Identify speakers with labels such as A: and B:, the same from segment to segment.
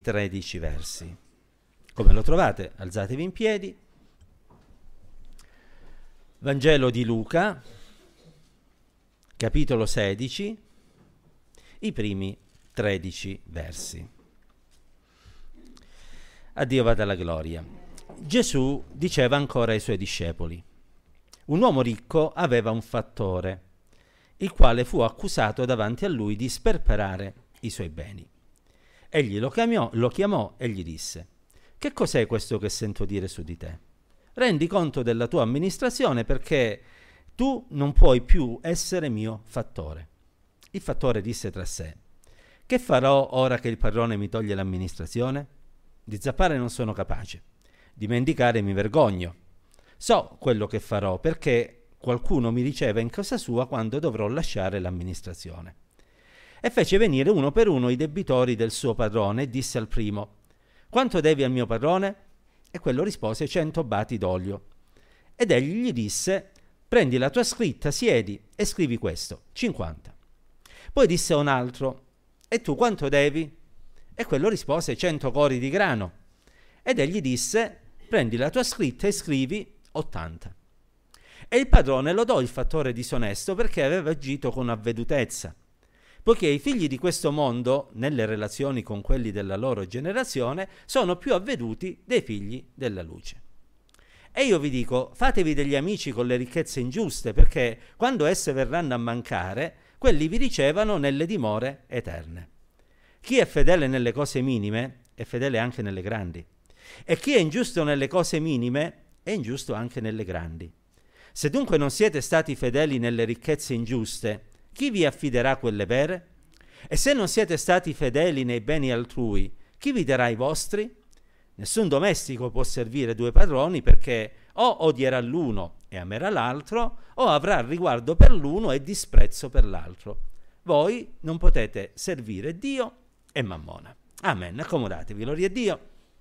A: 13 versi. Come lo trovate? Alzatevi in piedi. Vangelo di Luca, capitolo 16, i primi 13 versi. A Dio vada la gloria. Gesù diceva ancora ai suoi discepoli: un uomo ricco aveva un fattore, il quale fu accusato davanti a lui di sperperare i suoi beni. Egli lo chiamò e gli disse: che cos'è questo che sento dire su di te? Rendi conto della tua amministrazione, perché tu non puoi più essere mio fattore. Il fattore disse tra sé: che farò ora che il padrone mi toglie l'amministrazione? Di zappare non sono capace, di mendicare mi vergogno. So quello che farò, perché qualcuno mi riceve in casa sua quando dovrò lasciare l'amministrazione. E fece venire uno per uno i debitori del suo padrone e disse al primo: quanto devi al mio padrone? E quello rispose: 100 bati d'olio. Ed egli gli disse: prendi la tua scritta, siedi e scrivi questo: 50. Poi disse a un altro: e tu quanto devi? E quello rispose: 100 cori di grano. Ed egli disse: prendi la tua scritta e scrivi 80. E il padrone lodò il fattore disonesto perché aveva agito con avvedutezza, poiché i figli di questo mondo, nelle relazioni con quelli della loro generazione, sono più avveduti dei figli della luce. E io vi dico: fatevi degli amici con le ricchezze ingiuste, perché quando esse verranno a mancare, quelli vi ricevano nelle dimore eterne. Chi è fedele nelle cose minime è fedele anche nelle grandi, e chi è ingiusto nelle cose minime è ingiusto anche nelle grandi. Se dunque non siete stati fedeli nelle ricchezze ingiuste, chi vi affiderà quelle vere? E se non siete stati fedeli nei beni altrui, chi vi darà i vostri? Nessun domestico può servire due padroni, perché o odierà l'uno e amerà l'altro, o avrà riguardo per l'uno e disprezzo per l'altro. Voi non potete servire Dio e Mammona. Amen. Accomodatevi, gloria a Dio.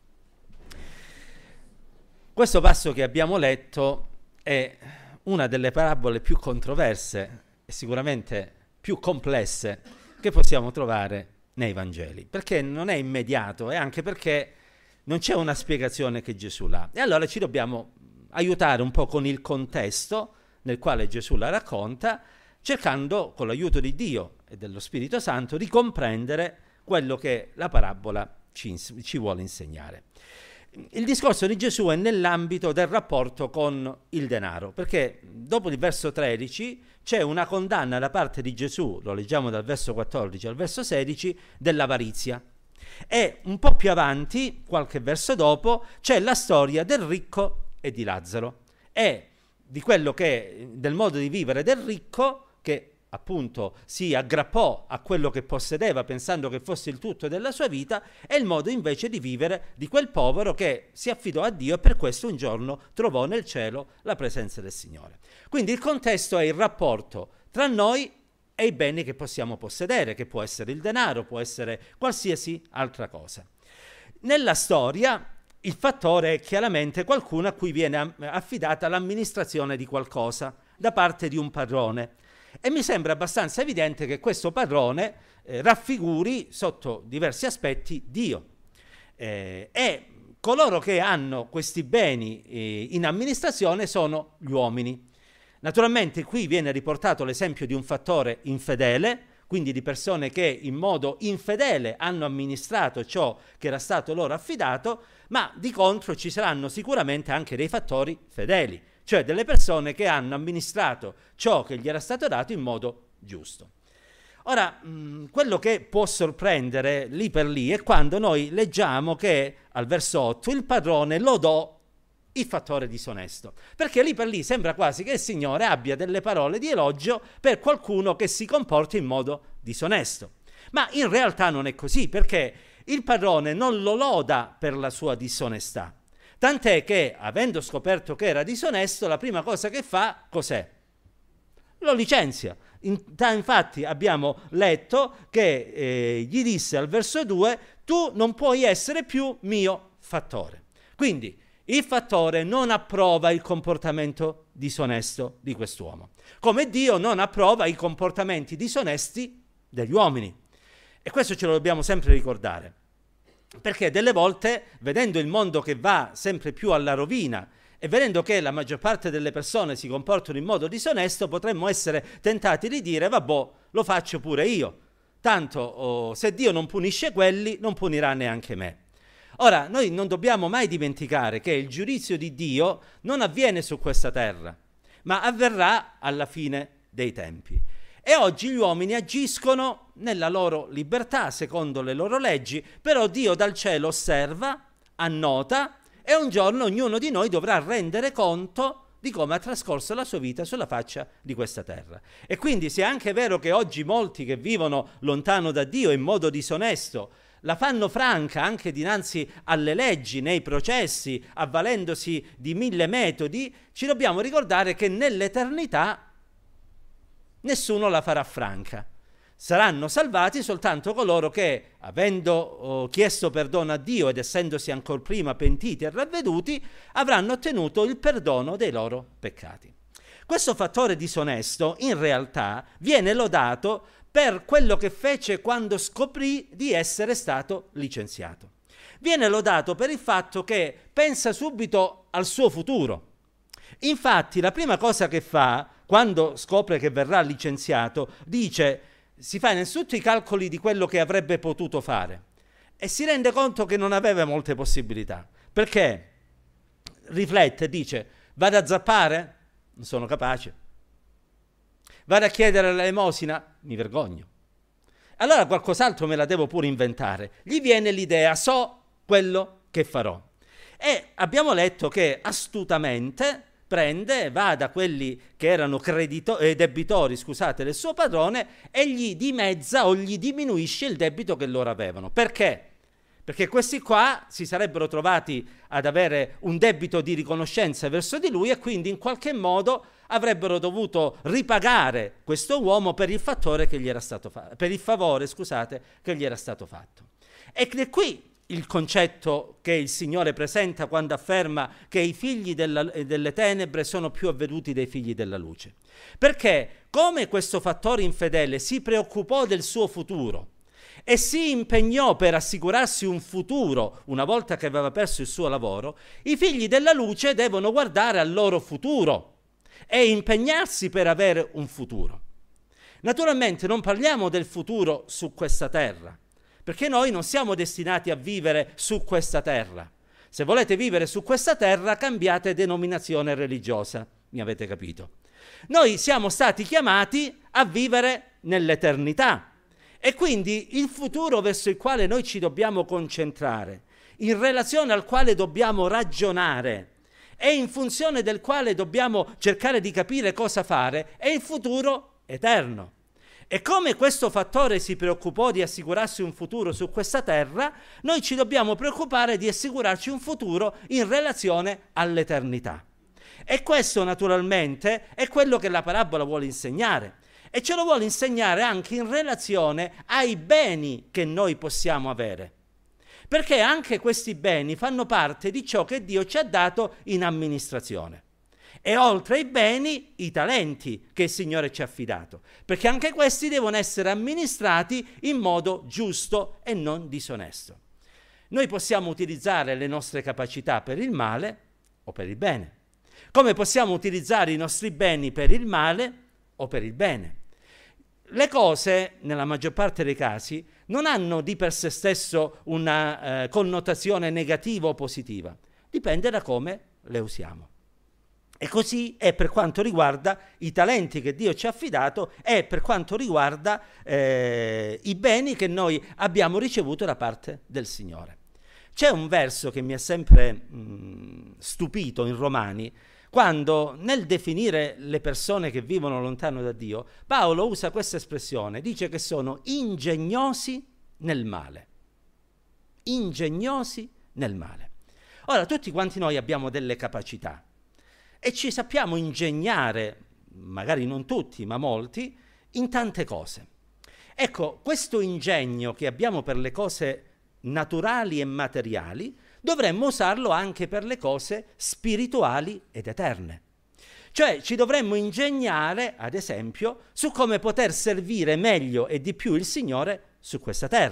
A: Questo passo che abbiamo letto è una delle parabole più controverse e sicuramente più complesse che possiamo trovare nei Vangeli, perché non è immediato e anche perché non c'è una spiegazione che Gesù dà. E allora ci dobbiamo aiutare un po' con il contesto nel quale Gesù la racconta, cercando con l'aiuto di Dio e dello Spirito Santo di comprendere quello che la parabola ci vuole insegnare. Il discorso di Gesù è nell'ambito del rapporto con il denaro, perché dopo il verso 13 c'è una condanna da parte di Gesù, lo leggiamo dal verso 14 al verso 16, dell'avarizia. E un po' più avanti, qualche verso dopo, c'è la storia del ricco e di Lazzaro, e di quello che del modo di vivere del ricco, che appunto si aggrappò a quello che possedeva pensando che fosse il tutto della sua vita, e il modo invece di vivere di quel povero che si affidò a Dio e per questo un giorno trovò nel cielo la presenza del Signore. Quindi il contesto è il rapporto tra noi e i beni che possiamo possedere, che può essere il denaro, può essere qualsiasi altra cosa. Nella storia il fattore è chiaramente qualcuno a cui viene affidata l'amministrazione di qualcosa da parte di un padrone. E mi sembra abbastanza evidente che questo padrone raffiguri sotto diversi aspetti Dio. E coloro che hanno questi beni in amministrazione sono gli uomini. Naturalmente qui viene riportato l'esempio di un fattore infedele, quindi di persone che in modo infedele hanno amministrato ciò che era stato loro affidato, ma di contro ci saranno sicuramente anche dei fattori fedeli, cioè delle persone che hanno amministrato ciò che gli era stato dato in modo giusto. Ora, quello che può sorprendere lì per lì è quando noi leggiamo che al verso 8 il padrone lodò il fattore disonesto, perché lì per lì sembra quasi che il Signore abbia delle parole di elogio per qualcuno che si comporta in modo disonesto. Ma in realtà non è così, perché il padrone non lo loda per la sua disonestà. Tant'è che, avendo scoperto che era disonesto, la prima cosa che fa, cos'è? Lo licenzia. Infatti abbiamo letto che gli disse al verso 2: tu non puoi essere più mio fattore. Quindi il fattore non approva il comportamento disonesto di quest'uomo, come Dio non approva i comportamenti disonesti degli uomini. E questo ce lo dobbiamo sempre ricordare. Perché delle volte, vedendo il mondo che va sempre più alla rovina e vedendo che la maggior parte delle persone si comportano in modo disonesto, potremmo essere tentati di dire: vabbè, lo faccio pure io. Tanto se Dio non punisce quelli, non punirà neanche me. Ora, noi non dobbiamo mai dimenticare che il giudizio di Dio non avviene su questa terra, ma avverrà alla fine dei tempi. E oggi gli uomini agiscono nella loro libertà, secondo le loro leggi, però Dio dal cielo osserva, annota, e un giorno ognuno di noi dovrà rendere conto di come ha trascorso la sua vita sulla faccia di questa terra. E quindi, se è anche vero che oggi molti che vivono lontano da Dio in modo disonesto la fanno franca anche dinanzi alle leggi, nei processi, avvalendosi di 1000 metodi, ci dobbiamo ricordare che nell'eternità nessuno la farà franca. Saranno salvati soltanto coloro che, avendo chiesto perdono a Dio ed essendosi ancor prima pentiti e ravveduti, avranno ottenuto il perdono dei loro peccati. Questo fattore disonesto, in realtà, viene lodato per quello che fece quando scoprì di essere stato licenziato. Viene lodato per il fatto che pensa subito al suo futuro. Infatti, la prima cosa che fa, quando scopre che verrà licenziato, si fa innanzitutto i calcoli di quello che avrebbe potuto fare e si rende conto che non aveva molte possibilità. Perché riflette e dice: vado a zappare? Non sono capace. Vado a chiedere l'elemosina? Mi vergogno. Allora qualcos'altro me la devo pure inventare. Gli viene l'idea: so quello che farò. E abbiamo letto che astutamente va da quelli che erano debitori del suo padrone e gli dimezza o gli diminuisce il debito che loro avevano. Perché? Perché questi qua si sarebbero trovati ad avere un debito di riconoscenza verso di lui e quindi in qualche modo avrebbero dovuto ripagare questo uomo per il favore che gli era stato fatto. Ed è qui il concetto che il Signore presenta quando afferma che i figli delle tenebre sono più avveduti dei figli della luce. Perché come questo fattore infedele si preoccupò del suo futuro e si impegnò per assicurarsi un futuro una volta che aveva perso il suo lavoro, i figli della luce devono guardare al loro futuro e impegnarsi per avere un futuro. Naturalmente non parliamo del futuro su questa terra, perché noi non siamo destinati a vivere su questa terra. Se volete vivere su questa terra, cambiate denominazione religiosa, mi avete capito? Noi siamo stati chiamati a vivere nell'eternità e quindi il futuro verso il quale noi ci dobbiamo concentrare, in relazione al quale dobbiamo ragionare e in funzione del quale dobbiamo cercare di capire cosa fare, è il futuro eterno. E come questo fattore si preoccupò di assicurarsi un futuro su questa terra, noi ci dobbiamo preoccupare di assicurarci un futuro in relazione all'eternità. E questo naturalmente è quello che la parabola vuole insegnare. E ce lo vuole insegnare anche in relazione ai beni che noi possiamo avere. Perché anche questi beni fanno parte di ciò che Dio ci ha dato in amministrazione. E oltre ai beni, i talenti che il Signore ci ha affidato, perché anche questi devono essere amministrati in modo giusto e non disonesto. Noi possiamo utilizzare le nostre capacità per il male o per il bene, come possiamo utilizzare i nostri beni per il male o per il bene. Le cose, nella maggior parte dei casi, non hanno di per sé stesso una connotazione negativa o positiva, dipende da come le usiamo. E così è per quanto riguarda i talenti che Dio ci ha affidato e per quanto riguarda i beni che noi abbiamo ricevuto da parte del Signore. C'è un verso che mi ha sempre stupito in Romani, quando nel definire le persone che vivono lontano da Dio, Paolo usa questa espressione, dice che sono ingegnosi nel male. Ingegnosi nel male. Ora, tutti quanti noi abbiamo delle capacità e ci sappiamo ingegnare, magari non tutti, ma molti, in tante cose. Ecco, questo ingegno che abbiamo per le cose naturali e materiali, dovremmo usarlo anche per le cose spirituali ed eterne. Cioè ci dovremmo ingegnare, ad esempio, su come poter servire meglio e di più il Signore su questa terra.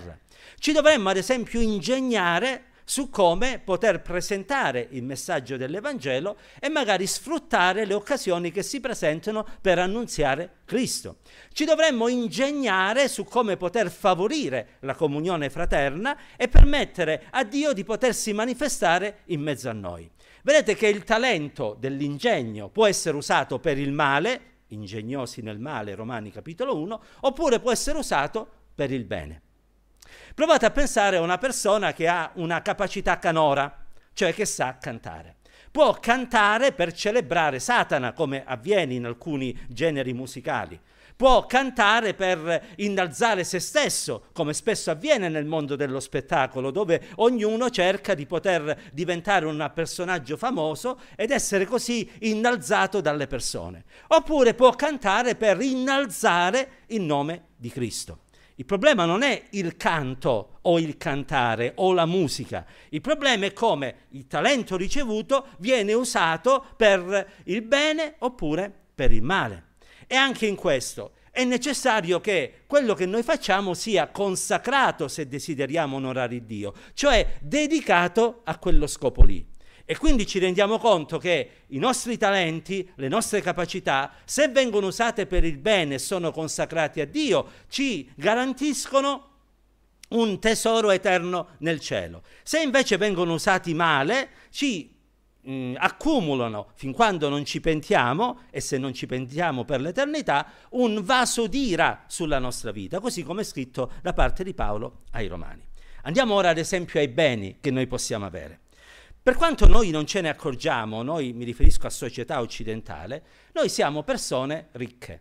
A: Ci dovremmo ad esempio ingegnare su come poter presentare il messaggio dell'Evangelo e magari sfruttare le occasioni che si presentano per annunziare Cristo. Ci dovremmo ingegnare su come poter favorire la comunione fraterna e permettere a Dio di potersi manifestare in mezzo a noi. Vedete che il talento dell'ingegno può essere usato per il male, ingegnosi nel male, Romani capitolo 1, oppure può essere usato per il bene. Provate a pensare a una persona che ha una capacità canora, cioè che sa cantare. Può cantare per celebrare Satana, come avviene in alcuni generi musicali. Può cantare per innalzare se stesso, come spesso avviene nel mondo dello spettacolo, dove ognuno cerca di poter diventare un personaggio famoso ed essere così innalzato dalle persone. Oppure può cantare per innalzare il nome di Cristo. Il problema non è il canto o il cantare o la musica, il problema è come il talento ricevuto viene usato per il bene oppure per il male. E anche in questo è necessario che quello che noi facciamo sia consacrato se desideriamo onorare il Dio, cioè dedicato a quello scopo lì. E quindi ci rendiamo conto che i nostri talenti, le nostre capacità, se vengono usate per il bene e sono consacrati a Dio, ci garantiscono un tesoro eterno nel cielo. Se invece vengono usati male, ci accumulano, fin quando non ci pentiamo, e se non ci pentiamo per l'eternità, un vaso d'ira sulla nostra vita, così come è scritto da parte di Paolo ai Romani. Andiamo ora ad esempio ai beni che noi possiamo avere. Per quanto noi non ce ne accorgiamo, noi, mi riferisco a società occidentale, noi siamo persone ricche.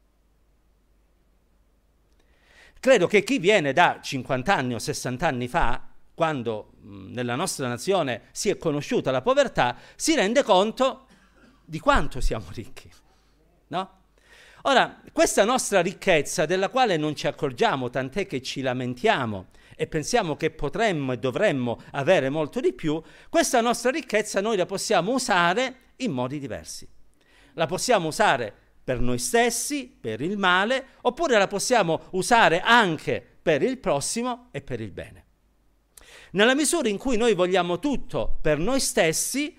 A: Credo che chi viene da 50 anni o 60 anni fa, quando nella nostra nazione si è conosciuta la povertà, si rende conto di quanto siamo ricchi, no? Ora, questa nostra ricchezza, della quale non ci accorgiamo, tant'è che ci lamentiamo e pensiamo che potremmo e dovremmo avere molto di più, questa nostra ricchezza noi la possiamo usare in modi diversi. La possiamo usare per noi stessi, per il male, oppure la possiamo usare anche per il prossimo e per il bene. Nella misura in cui noi vogliamo tutto per noi stessi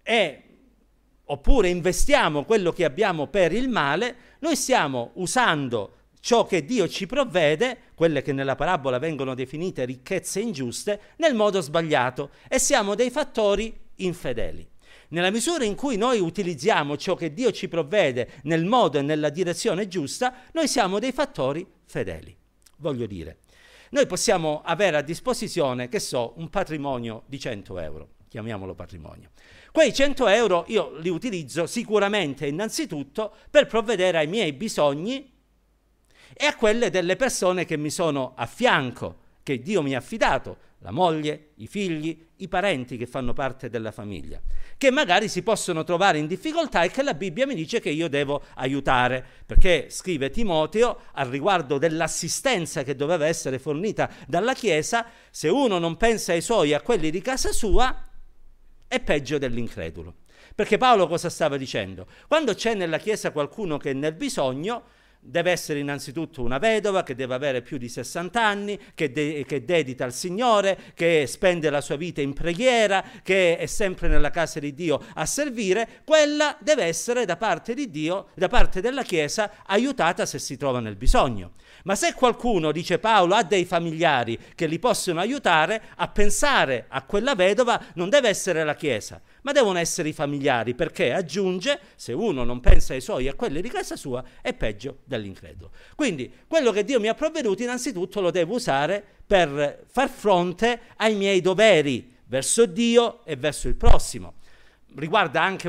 A: oppure investiamo quello che abbiamo per il male, noi stiamo usando ciò che Dio ci provvede, quelle che nella parabola vengono definite ricchezze ingiuste, nel modo sbagliato e siamo dei fattori infedeli. Nella misura in cui noi utilizziamo ciò che Dio ci provvede nel modo e nella direzione giusta, noi siamo dei fattori fedeli. Voglio dire, noi possiamo avere a disposizione, un patrimonio di 100 euro, chiamiamolo patrimonio. Quei 100 euro io li utilizzo sicuramente innanzitutto per provvedere ai miei bisogni e a quelle delle persone che mi sono a fianco, che Dio mi ha affidato, la moglie, i figli, i parenti che fanno parte della famiglia, che magari si possono trovare in difficoltà e che la Bibbia mi dice che io devo aiutare, perché scrive Timoteo al riguardo dell'assistenza che doveva essere fornita dalla Chiesa: se uno non pensa ai suoi e a quelli di casa sua, è peggio dell'incredulo. Perché Paolo cosa stava dicendo? Quando c'è nella Chiesa qualcuno che è nel bisogno, deve essere innanzitutto una vedova che deve avere più di 60 anni, che dedita al Signore, che spende la sua vita in preghiera, che è sempre nella casa di Dio a servire. Quella deve essere da parte di Dio, da parte della Chiesa, aiutata se si trova nel bisogno. Ma se qualcuno, dice Paolo, ha dei familiari che li possono aiutare, a pensare a quella vedova non deve essere la Chiesa, ma devono essere i familiari, perché, aggiunge, se uno non pensa ai suoi e a quelli di casa sua, è peggio dell'incredulo. Quindi quello che Dio mi ha provveduto innanzitutto lo devo usare per far fronte ai miei doveri verso Dio e verso il prossimo. Riguarda anche,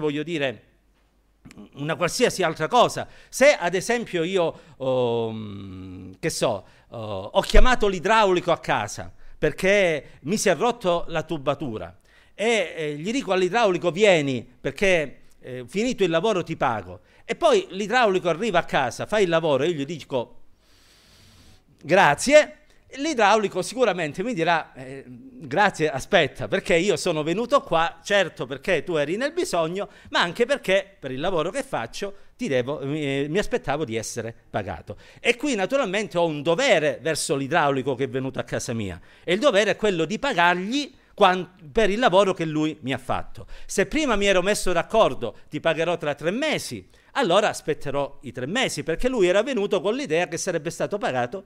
A: una qualsiasi altra cosa. Se ad esempio io ho chiamato l'idraulico a casa perché mi si è rotto la tubatura e gli dico all'idraulico: vieni perché finito il lavoro ti pago, e poi l'idraulico arriva a casa, fa il lavoro e io gli dico grazie, l'idraulico sicuramente mi dirà grazie, aspetta, perché io sono venuto qua, certo perché tu eri nel bisogno, ma anche perché per il lavoro che faccio mi aspettavo di essere pagato. E qui naturalmente ho un dovere verso l'idraulico che è venuto a casa mia, e il dovere è quello di pagargli per il lavoro che lui mi ha fatto. Se prima mi ero messo d'accordo, ti pagherò tra 3 mesi, allora aspetterò i 3 mesi, perché lui era venuto con l'idea che sarebbe stato pagato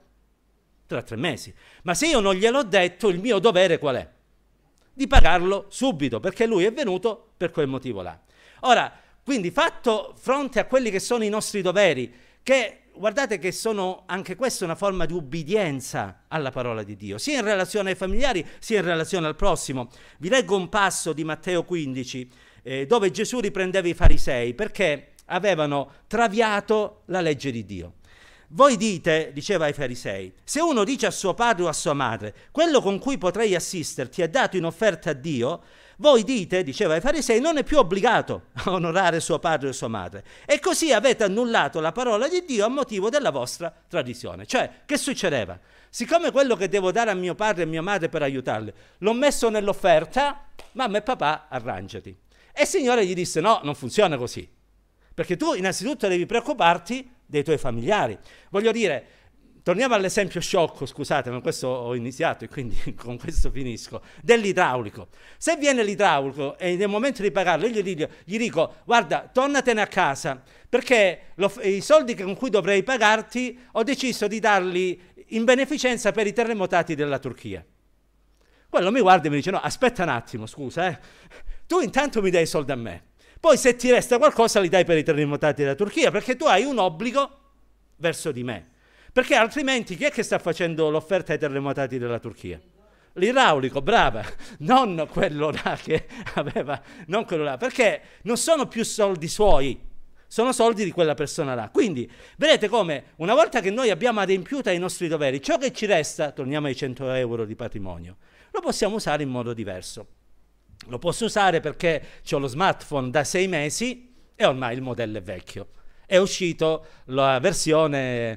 A: tra 3 mesi. Ma se io non gliel'ho detto, il mio dovere qual è? Di pagarlo subito, perché lui è venuto per quel motivo là. Ora, quindi, fatto fronte a quelli che sono i nostri doveri, che guardate che sono anche questa una forma di ubbidienza alla parola di Dio, sia in relazione ai familiari, sia in relazione al prossimo. Vi leggo un passo di Matteo 15, dove Gesù riprendeva i farisei, perché avevano traviato la legge di Dio. Voi dite, diceva ai farisei, se uno dice a suo padre o a sua madre, quello con cui potrei assisterti è dato in offerta a Dio, voi dite, diceva ai farisei, non è più obbligato a onorare suo padre o sua madre. E così avete annullato la parola di Dio a motivo della vostra tradizione. Cioè, che succedeva? Siccome quello che devo dare a mio padre e a mia madre per aiutarli, l'ho messo nell'offerta, mamma e papà, arrangiati. E il Signore gli disse, no, non funziona così. Perché tu innanzitutto devi preoccuparti dei tuoi familiari. Voglio dire, torniamo all'esempio sciocco, scusate, ma questo ho iniziato e quindi con questo finisco, dell'idraulico. Se viene l'idraulico e nel momento di pagarlo io gli dico, guarda, tornatene a casa, perché i soldi con cui dovrei pagarti ho deciso di darli in beneficenza per i terremotati della Turchia. Quello mi guarda e mi dice, no, aspetta un attimo, scusa, tu intanto mi dai i soldi a me. Poi se ti resta qualcosa li dai per i terremotati della Turchia, perché tu hai un obbligo verso di me. Perché altrimenti chi è che sta facendo l'offerta ai terremotati della Turchia? L'idraulico, brava, non quello là che aveva, non quello là, perché non sono più soldi suoi, sono soldi di quella persona là. Quindi vedete come una volta che noi abbiamo adempiuto ai nostri doveri, ciò che ci resta, torniamo ai 100 euro di patrimonio, lo possiamo usare in modo diverso. Lo posso usare perché ho lo smartphone da 6 mesi e ormai il modello è vecchio. È uscito la versione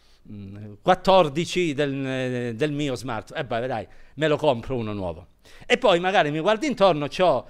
A: 14 del mio smartphone. Beh, dai, me lo compro uno nuovo. E poi magari mi guardo intorno,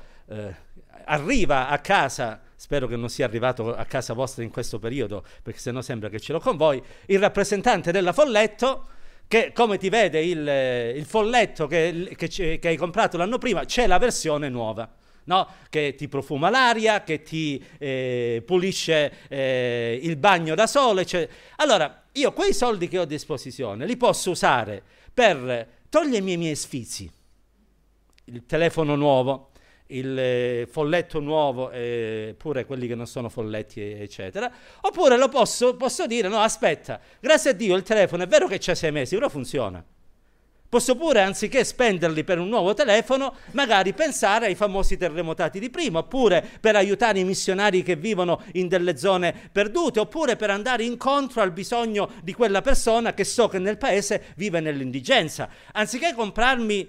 A: arriva a casa, spero che non sia arrivato a casa vostra in questo periodo, perché sennò sembra che ce l'ho con voi, il rappresentante della Folletto, che come ti vede il folletto che hai comprato l'anno prima, c'è la versione nuova, no? Che ti profuma l'aria, che ti pulisce il bagno da sole. Allora, io quei soldi che ho a disposizione li posso usare per togliermi i miei sfizi, il telefono nuovo, il folletto nuovo, pure quelli che non sono folletti eccetera, oppure posso dire no, aspetta, grazie a Dio il telefono è vero che c'ha 6 mesi, però funziona. Posso pure, anziché spenderli per un nuovo telefono, magari pensare ai famosi terremotati di prima, oppure per aiutare i missionari che vivono in delle zone perdute, oppure per andare incontro al bisogno di quella persona che so che nel paese vive nell'indigenza. Anziché comprarmi,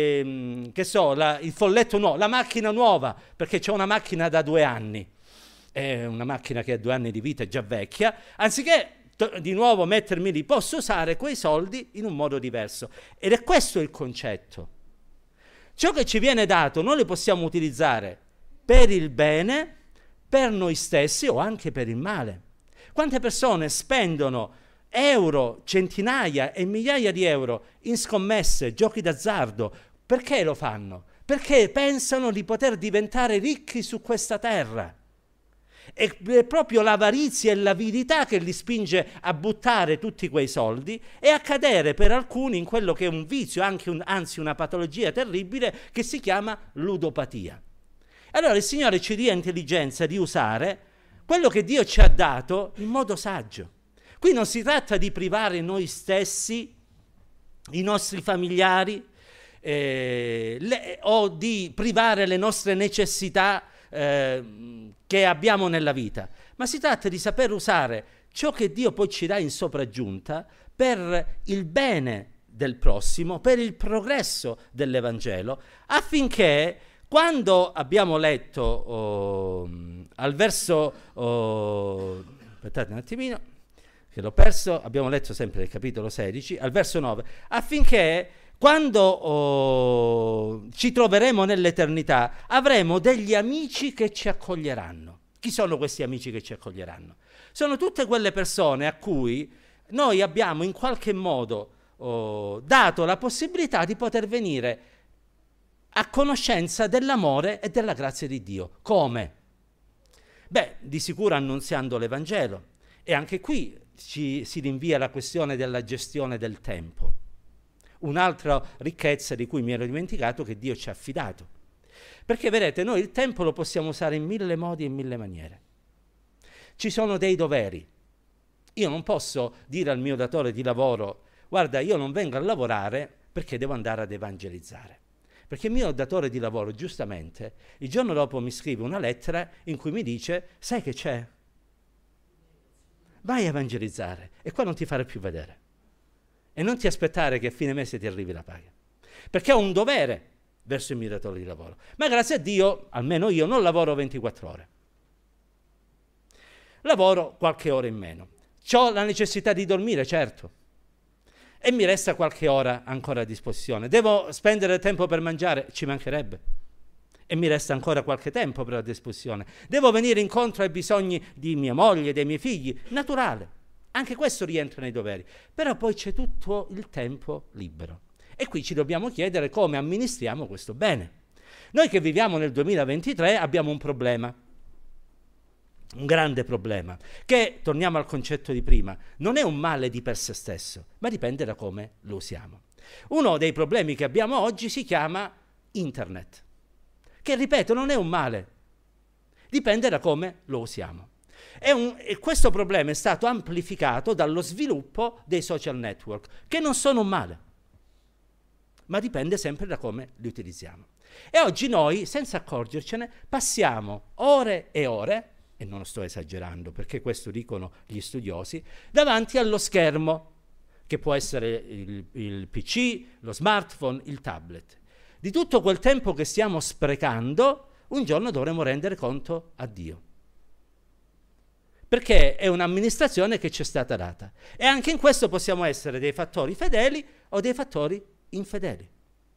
A: il folletto nuovo, la macchina nuova, perché c'è una macchina da 2 anni, è una macchina che ha 2 anni di vita, è già vecchia, anziché di nuovo mettermi lì, posso usare quei soldi in un modo diverso. Ed è questo il concetto. Ciò che ci viene dato noi lo possiamo utilizzare per il bene, per noi stessi o anche per il male. Quante persone spendono euro, centinaia e migliaia di euro in scommesse, giochi d'azzardo? Perché lo fanno? Perché pensano di poter diventare ricchi su questa terra. È proprio l'avarizia e l'avidità che li spinge a buttare tutti quei soldi e a cadere per alcuni in quello che è un vizio, anzi una patologia terribile che si chiama ludopatia. Allora il Signore ci dia intelligenza di usare quello che Dio ci ha dato in modo saggio. Qui non si tratta di privare noi stessi, i nostri familiari, o di privare le nostre necessità che abbiamo nella vita, ma si tratta di saper usare ciò che Dio poi ci dà in sopraggiunta per il bene del prossimo, per il progresso dell'Evangelo, affinché quando abbiamo letto al verso aspettate un attimino che l'ho perso, abbiamo letto sempre nel capitolo 16 al verso 9, affinché quando ci troveremo nell'eternità avremo degli amici che ci accoglieranno. Chi sono questi amici che ci accoglieranno? Sono tutte quelle persone a cui noi abbiamo in qualche modo dato la possibilità di poter venire a conoscenza dell'amore e della grazia di Dio. Come? Beh, di sicuro annunziando l'Evangelo. E anche qui si rinvia la questione della gestione del tempo. Un'altra ricchezza di cui mi ero dimenticato che Dio ci ha affidato. Perché vedete, noi il tempo lo possiamo usare in 1000 modi e in 1000 maniere. Ci sono dei doveri. Io non posso dire al mio datore di lavoro: guarda, io non vengo a lavorare perché devo andare ad evangelizzare. Perché il mio datore di lavoro, giustamente, il giorno dopo mi scrive una lettera in cui mi dice: sai che c'è? Vai a evangelizzare e qua non ti fare più vedere. E non ti aspettare che a fine mese ti arrivi la paga. Perché ho un dovere verso il mio datore di lavoro. Ma grazie a Dio, almeno io non lavoro 24 ore. Lavoro qualche ora in meno. C'ho la necessità di dormire, certo. E mi resta qualche ora ancora a disposizione. Devo spendere tempo per mangiare? Ci mancherebbe. E mi resta ancora qualche tempo per la disposizione. Devo venire incontro ai bisogni di mia moglie, dei miei figli? Naturale. Anche questo rientra nei doveri. Però poi c'è tutto il tempo libero. E qui ci dobbiamo chiedere come amministriamo questo bene. Noi che viviamo nel 2023 abbiamo un problema. Un grande problema, che, torniamo al concetto di prima, non è un male di per sé stesso, ma dipende da come lo usiamo. Uno dei problemi che abbiamo oggi si chiama internet, che, ripeto, non è un male, dipende da come lo usiamo. E questo problema è stato amplificato dallo sviluppo dei social network, che non sono un male, ma dipende sempre da come li utilizziamo. E oggi noi, senza accorgercene, passiamo ore e ore, e non sto esagerando perché questo dicono gli studiosi, davanti allo schermo, che può essere il PC, lo smartphone, il tablet. Di tutto quel tempo che stiamo sprecando, un giorno dovremo rendere conto a Dio. Perché è un'amministrazione che ci è stata data. E anche in questo possiamo essere dei fattori fedeli o dei fattori infedeli.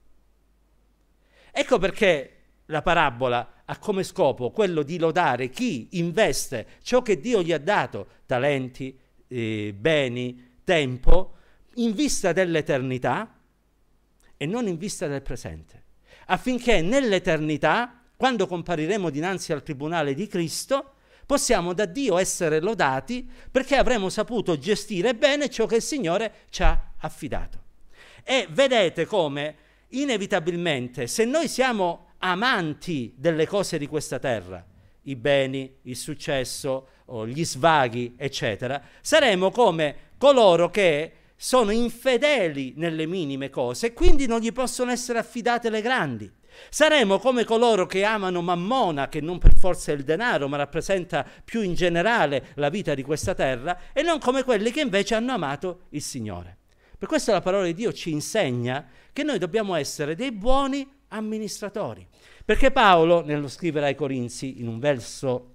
A: Ecco perché la parabola ha come scopo quello di lodare chi investe ciò che Dio gli ha dato, talenti, beni, tempo, in vista dell'eternità e non in vista del presente, affinché nell'eternità, quando compariremo dinanzi al tribunale di Cristo, possiamo da Dio essere lodati perché avremo saputo gestire bene ciò che il Signore ci ha affidato. E vedete come inevitabilmente, se noi siamo amanti delle cose di questa terra, i beni, il successo, gli svaghi, eccetera, saremo come coloro che sono infedeli nelle minime cose e quindi non gli possono essere affidate le grandi. Saremo come coloro che amano Mammona, che non per forza è il denaro, ma rappresenta più in generale la vita di questa terra, e non come quelli che invece hanno amato il Signore. Per questo la parola di Dio ci insegna che noi dobbiamo essere dei buoni amministratori, perché Paolo, nello scrivere ai Corinzi, in un verso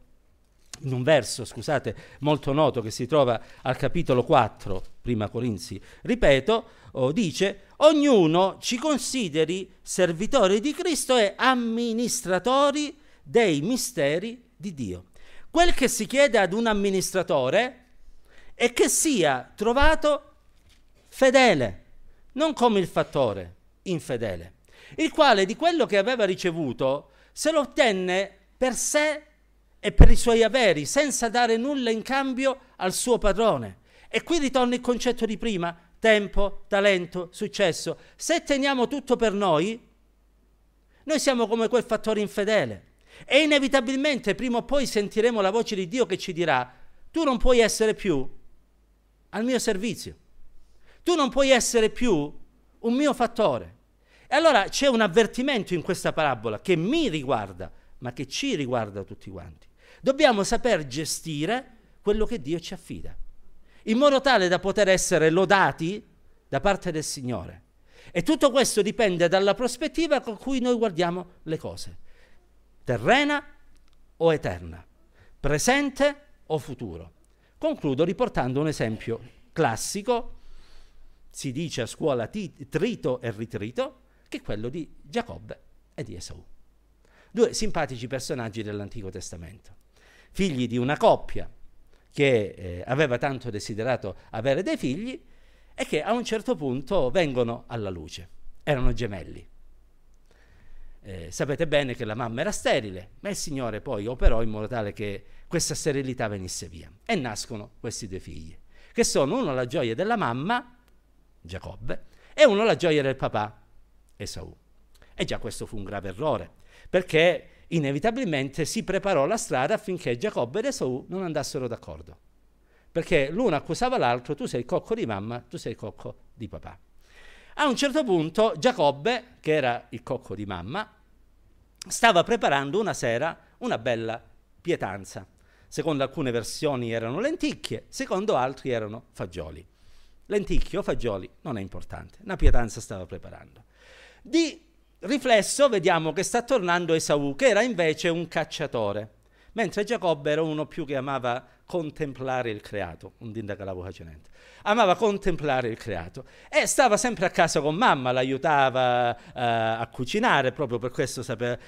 A: molto noto che si trova al capitolo 4, prima Corinzi, ripeto, dice: ognuno ci consideri servitori di Cristo e amministratori dei misteri di Dio. Quel che si chiede ad un amministratore è che sia trovato fedele, non come il fattore infedele, il quale di quello che aveva ricevuto se lo ottenne per sé e per i suoi averi, senza dare nulla in cambio al suo padrone. E qui ritorna il concetto di prima: tempo, talento, successo. Se teniamo tutto per noi siamo come quel fattore infedele. E inevitabilmente prima o poi sentiremo la voce di Dio che ci dirà: tu non puoi essere più al mio servizio, tu non puoi essere più un mio fattore. E allora c'è un avvertimento in questa parabola che mi riguarda, ma che ci riguarda tutti quanti. Dobbiamo saper gestire quello che Dio ci affida, in modo tale da poter essere lodati da parte del Signore. E tutto questo dipende dalla prospettiva con cui noi guardiamo le cose: terrena o eterna, presente o futuro. Concludo riportando un esempio classico, si dice a scuola trito e ritrito, che è quello di Giacobbe e di Esaù. Due simpatici personaggi dell'Antico Testamento, figli di una coppia che aveva tanto desiderato avere dei figli e che a un certo punto vengono alla luce. Erano gemelli. Sapete bene che la mamma era sterile, ma il Signore poi operò in modo tale che questa sterilità venisse via. E nascono questi due figli, che sono uno la gioia della mamma, Giacobbe, e uno la gioia del papà, Esaù. E già questo fu un grave errore, perché inevitabilmente si preparò la strada affinché Giacobbe ed Esaù non andassero d'accordo. Perché l'uno accusava l'altro, tu sei il cocco di mamma, tu sei il cocco di papà. A un certo punto Giacobbe, che era il cocco di mamma, stava preparando una sera una bella pietanza. Secondo alcune versioni erano lenticchie, secondo altri erano fagioli. Lenticchie o fagioli non è importante, una pietanza stava preparando. Di riflesso vediamo che sta tornando Esaù, che era invece un cacciatore, mentre Giacobbe era uno più che amava contemplare il creato, un dindacalavo cacinente. Amava contemplare il creato e stava sempre a casa con mamma, l'aiutava a cucinare, proprio per questo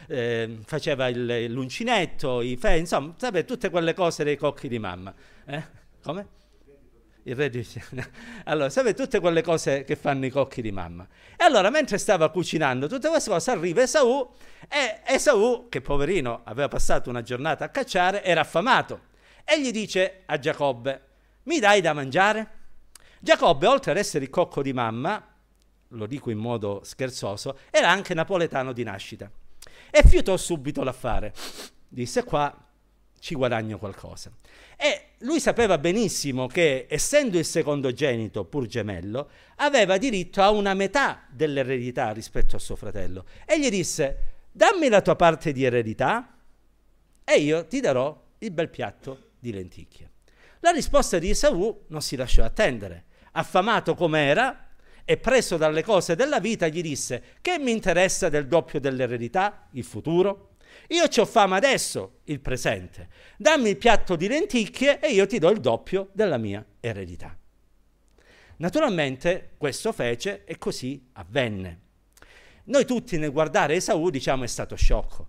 A: faceva l'uncinetto, insomma, sapete, tutte quelle cose dei cocchi di mamma. Come? Il reddito. Allora, sapete tutte quelle cose che fanno i cocchi di mamma. E allora, mentre stava cucinando tutte queste cose, arriva Esaù, e Esaù, che poverino aveva passato una giornata a cacciare, era affamato, e gli dice a Giacobbe: mi dai da mangiare? Giacobbe, oltre ad essere il cocco di mamma, lo dico in modo scherzoso, era anche napoletano di nascita, e fiutò subito l'affare. Disse: qua ci guadagno qualcosa. E lui sapeva benissimo che, essendo il secondogenito, pur gemello, aveva diritto a una metà dell'eredità rispetto a suo fratello. E gli disse: dammi la tua parte di eredità e io ti darò il bel piatto di lenticchie. La risposta di Esaù non si lasciò attendere. Affamato com'era e preso dalle cose della vita, gli disse: che mi interessa del doppio dell'eredità, il futuro? Io c'ho fame adesso, il presente. Dammi il piatto di lenticchie e io ti do il doppio della mia eredità. Naturalmente questo fece e così avvenne. Noi tutti nel guardare Esaù diciamo: è stato sciocco,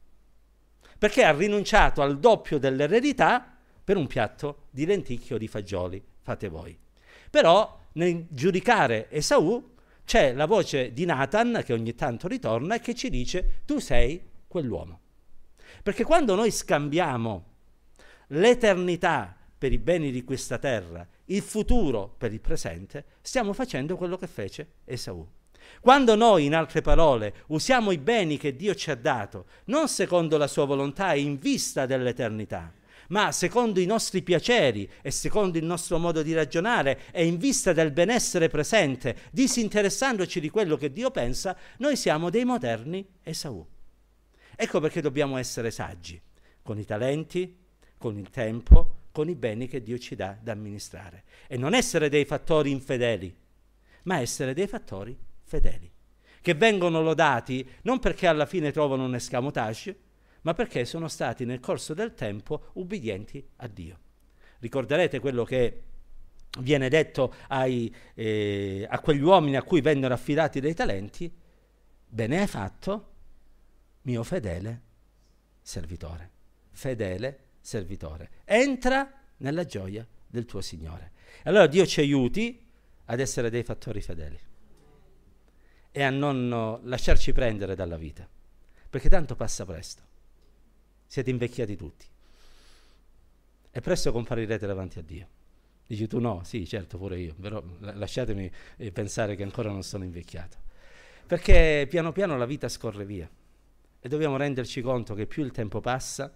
A: perché ha rinunciato al doppio dell'eredità per un piatto di lenticchie o di fagioli, fate voi. Però nel giudicare Esaù c'è la voce di Nathan che ogni tanto ritorna e che ci dice: tu sei quell'uomo. Perché quando noi scambiamo l'eternità per i beni di questa terra, il futuro per il presente, stiamo facendo quello che fece Esaù. Quando noi, in altre parole, usiamo i beni che Dio ci ha dato, non secondo la sua volontà e in vista dell'eternità, ma secondo i nostri piaceri e secondo il nostro modo di ragionare e in vista del benessere presente, disinteressandoci di quello che Dio pensa, noi siamo dei moderni Esaù. Ecco perché dobbiamo essere saggi con i talenti, con il tempo, con i beni che Dio ci dà da amministrare. E non essere dei fattori infedeli, ma essere dei fattori fedeli, che vengono lodati non perché alla fine trovano un escamotage, ma perché sono stati nel corso del tempo ubbidienti a Dio. Ricorderete quello che viene detto a quegli uomini a cui vennero affidati dei talenti: bene hai fatto, mio fedele servitore. Fedele servitore. Entra nella gioia del tuo Signore. Allora Dio ci aiuti ad essere dei fattori fedeli e a non lasciarci prendere dalla vita, perché tanto passa presto. Siete invecchiati tutti e presto comparirete davanti a Dio. Dici tu: no, sì, certo, pure io, però lasciatemi pensare che ancora non sono invecchiato, perché piano piano la vita scorre via e dobbiamo renderci conto che più il tempo passa,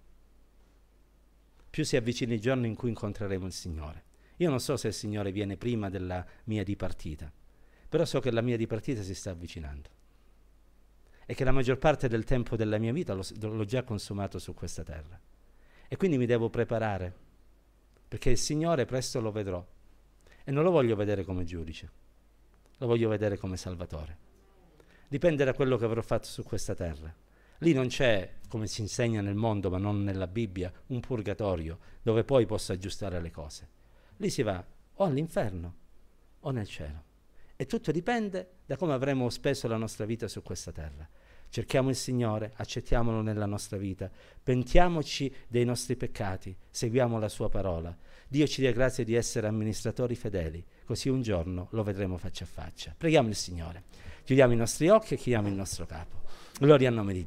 A: più si avvicina il giorno in cui incontreremo il Signore. Io non so se il Signore viene prima della mia dipartita, però so che la mia dipartita si sta avvicinando e che la maggior parte del tempo della mia vita l'ho già consumato su questa terra. E quindi mi devo preparare, perché il Signore presto lo vedrò e non lo voglio vedere come giudice, lo voglio vedere come Salvatore. Dipende da quello che avrò fatto su questa terra. Lì non c'è, come si insegna nel mondo ma non nella Bibbia, un purgatorio dove poi posso aggiustare le cose. Lì si va o all'inferno o nel cielo. E tutto dipende da come avremo speso la nostra vita su questa terra. cerchiamo il Signore, accettiamolo nella nostra vita, pentiamoci dei nostri peccati, seguiamo la sua parola. Dio ci dia grazia di essere amministratori fedeli, così un giorno lo vedremo faccia a faccia. Preghiamo il Signore. Chiudiamo i nostri occhi e chiudiamo il nostro capo. Gloria al nome di Dio.